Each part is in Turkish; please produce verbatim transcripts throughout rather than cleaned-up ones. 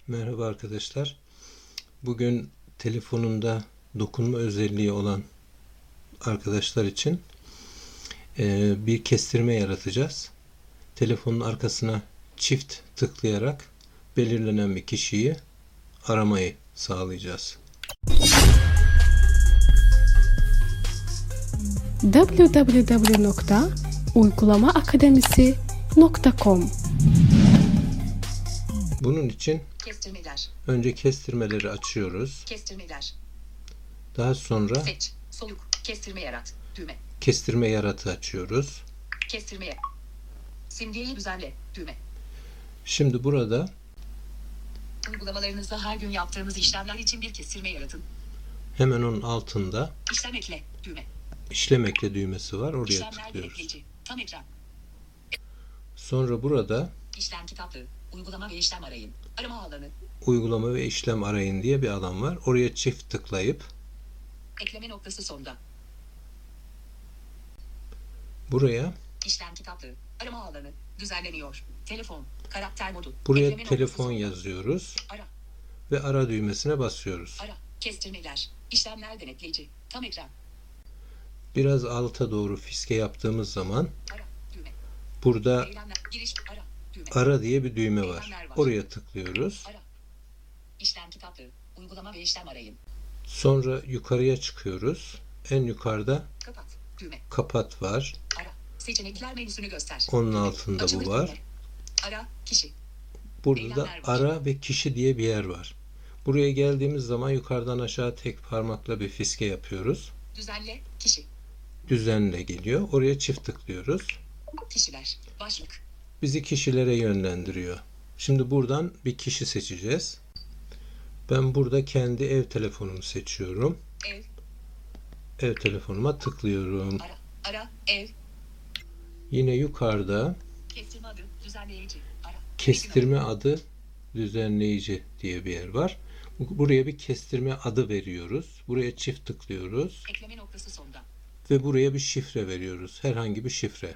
Merhaba arkadaşlar. Bugün telefonunda dokunma özelliği olan arkadaşlar için e, bir kestirme yaratacağız. Telefonun arkasına çift tıklayarak belirlenen bir kişiyi aramayı sağlayacağız. double-u double-u double-u nokta uygulama akademisi nokta com Bunun için Kestirmeler. önce kestirmeleri açıyoruz. Kestirmeler. Daha sonra Seç. Soluk. Kestirme yarat. Düğme. kestirme yaratı açıyoruz. Kestirmeye. Simgeyi düzenle. Düğme. Şimdi burada Uygulamalarınızda her gün yaptığımız işlemler için bir kestirme yaratın. hemen onun altında İşlem ekle. Düğme. işlem ekle düğmesi var. Oraya İşlemler tıklıyoruz. denetleyici. Tam ekran. Sonra burada İşlem kitaplığı. Uygulama ve işlem arayın. Arama alanı. uygulama ve işlem arayın diye bir alan var. Oraya çift tıklayıp Ekleme noktası sonda. buraya İşlem kitaplığı. Arama alanı. Düzenleniyor. Telefon. Karakter modu. buraya Ekleme noktası telefon sonda. yazıyoruz Ara. ve ara düğmesine basıyoruz. Ara. Kestirmeler. İşlemler denetleyici. Tam ekran. Biraz alta doğru fiske yaptığımız zaman Ara. Düğme. burada Eylemler. Giriş. Ara. Düğme. ara diye bir düğme var. Eylemler var. Oraya tıklıyoruz. Ara. İşlem kitaplığı. Uygulama ve işlem arayın. Sonra yukarıya çıkıyoruz. En yukarıda Kapat. Düğme. kapat var. Ara. Seçenekler menüsünü göster. Onun Düğme. altında Açılır bu var. düğme. Ara. Kişi. Burada da Eylemler var. ara ve kişi diye bir yer var. Buraya geldiğimiz zaman yukarıdan aşağı tek parmakla bir fiske yapıyoruz. Düzenle. Kişi. Düzenle geliyor. Oraya çift tıklıyoruz. Kişiler. Başlık. Bizi kişilere yönlendiriyor. Şimdi buradan bir kişi seçeceğiz. Ben burada kendi ev telefonumu seçiyorum. Ev. Ev telefonuma tıklıyorum. Ara. Ara. Ev. Yine yukarıda Kestirme adı. Düzenleyici. Ara. kestirme adı düzenleyici diye bir yer var. Buraya bir kestirme adı veriyoruz. Buraya çift tıklıyoruz. Ekleme noktası sonda. Ve buraya bir şifre veriyoruz. Herhangi bir şifre.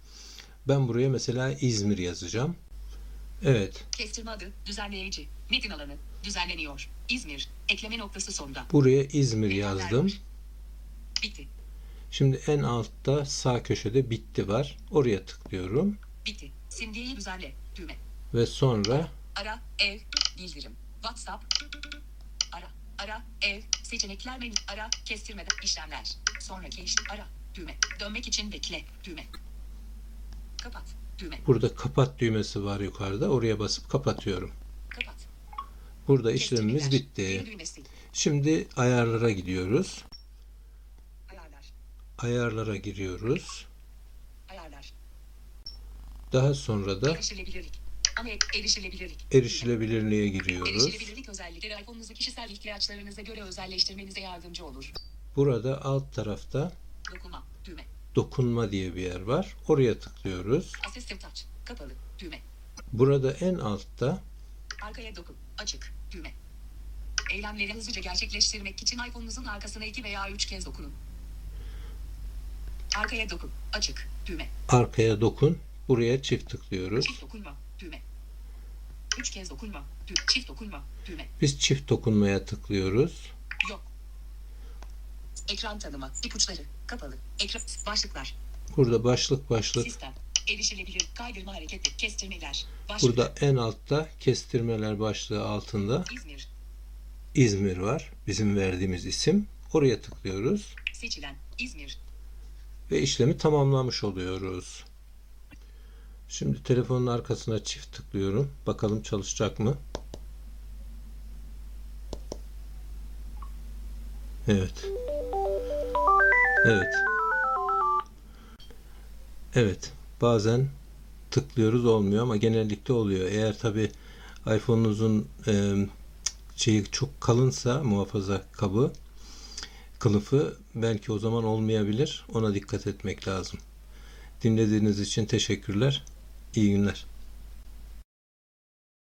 Ben buraya mesela İzmir yazacağım. Evet. Kestirme adı. Düzenleyici. Metin alanı. Düzenleniyor. İzmir. Ekleme noktası sonda. Buraya İzmir Eylemler yazdım. var. Bitti. Şimdi en altta sağ köşede bitti var. Oraya tıklıyorum. Bitti. Simgeyi düzenle. Düğme. Ve sonra Ara. Ev. Bildirim. WhatsApp. Ara. Ara. Ev. Seçenekler menü. Ara. Kestirmede. işlemler. Sonraki iş. Ara. Düğme. Dönmek için bekle. Düğme. Kapat. Düğme. burada kapat düğmesi var yukarıda. Oraya basıp kapatıyorum. Kapat. Burada işlemimiz Kestirmeler. bitti. Geri düğmesi. Şimdi ayarlara gidiyoruz. Ayarlar. Ayarlara giriyoruz. Ayarlar. Daha sonra da Erişilebilirlik. Ana ek. Erişilebilirlik. erişilebilirliğe giriyoruz. Erişilebilirlik özellikleri iPhone'unuzu kişisel ihtiyaçlarınıza göre özelleştirmenize yardımcı olur. Burada alt tarafta Dokunma. Düğme. dokunma diye bir yer var. Oraya tıklıyoruz. Assistive Touch. Kapalı. Düğme. Burada en altta Arkaya dokun. Açık. Düğme. Eylemleri hızlıca gerçekleştirmek için iPhone'unuzun arkasına iki veya üç kez dokunun. Arkaya dokun. Açık. Düğme. arkaya dokun. Buraya çift tıklıyoruz. Çift dokunma. Düğme. Üç kez dokunma. Düğme. Çift dokunma. Düğme. Biz çift dokunmaya tıklıyoruz. Yok. Ekran tanıma. İpuçları. Kapalı. Ekran. Başlıklar. Burada başlık başlık. Sistem. Erişilebilir. Kaydırma hareketi. Kestirmeler. Başlık. Burada en altta kestirmeler başlığı altında İzmir. İzmir var. Bizim verdiğimiz isim. Oraya tıklıyoruz. Seçilen. İzmir. Ve işlemi tamamlamış oluyoruz. Şimdi telefonun arkasına çift tıklıyorum. Bakalım çalışacak mı? Evet. Evet. Evet. Bazen tıklıyoruz olmuyor ama genellikle oluyor. Eğer tabi iPhone'unuzun e, şeyi çok kalınsa muhafaza kabı kılıfı belki o zaman olmayabilir. Ona dikkat etmek lazım. Dinlediğiniz için teşekkürler. İyi günler.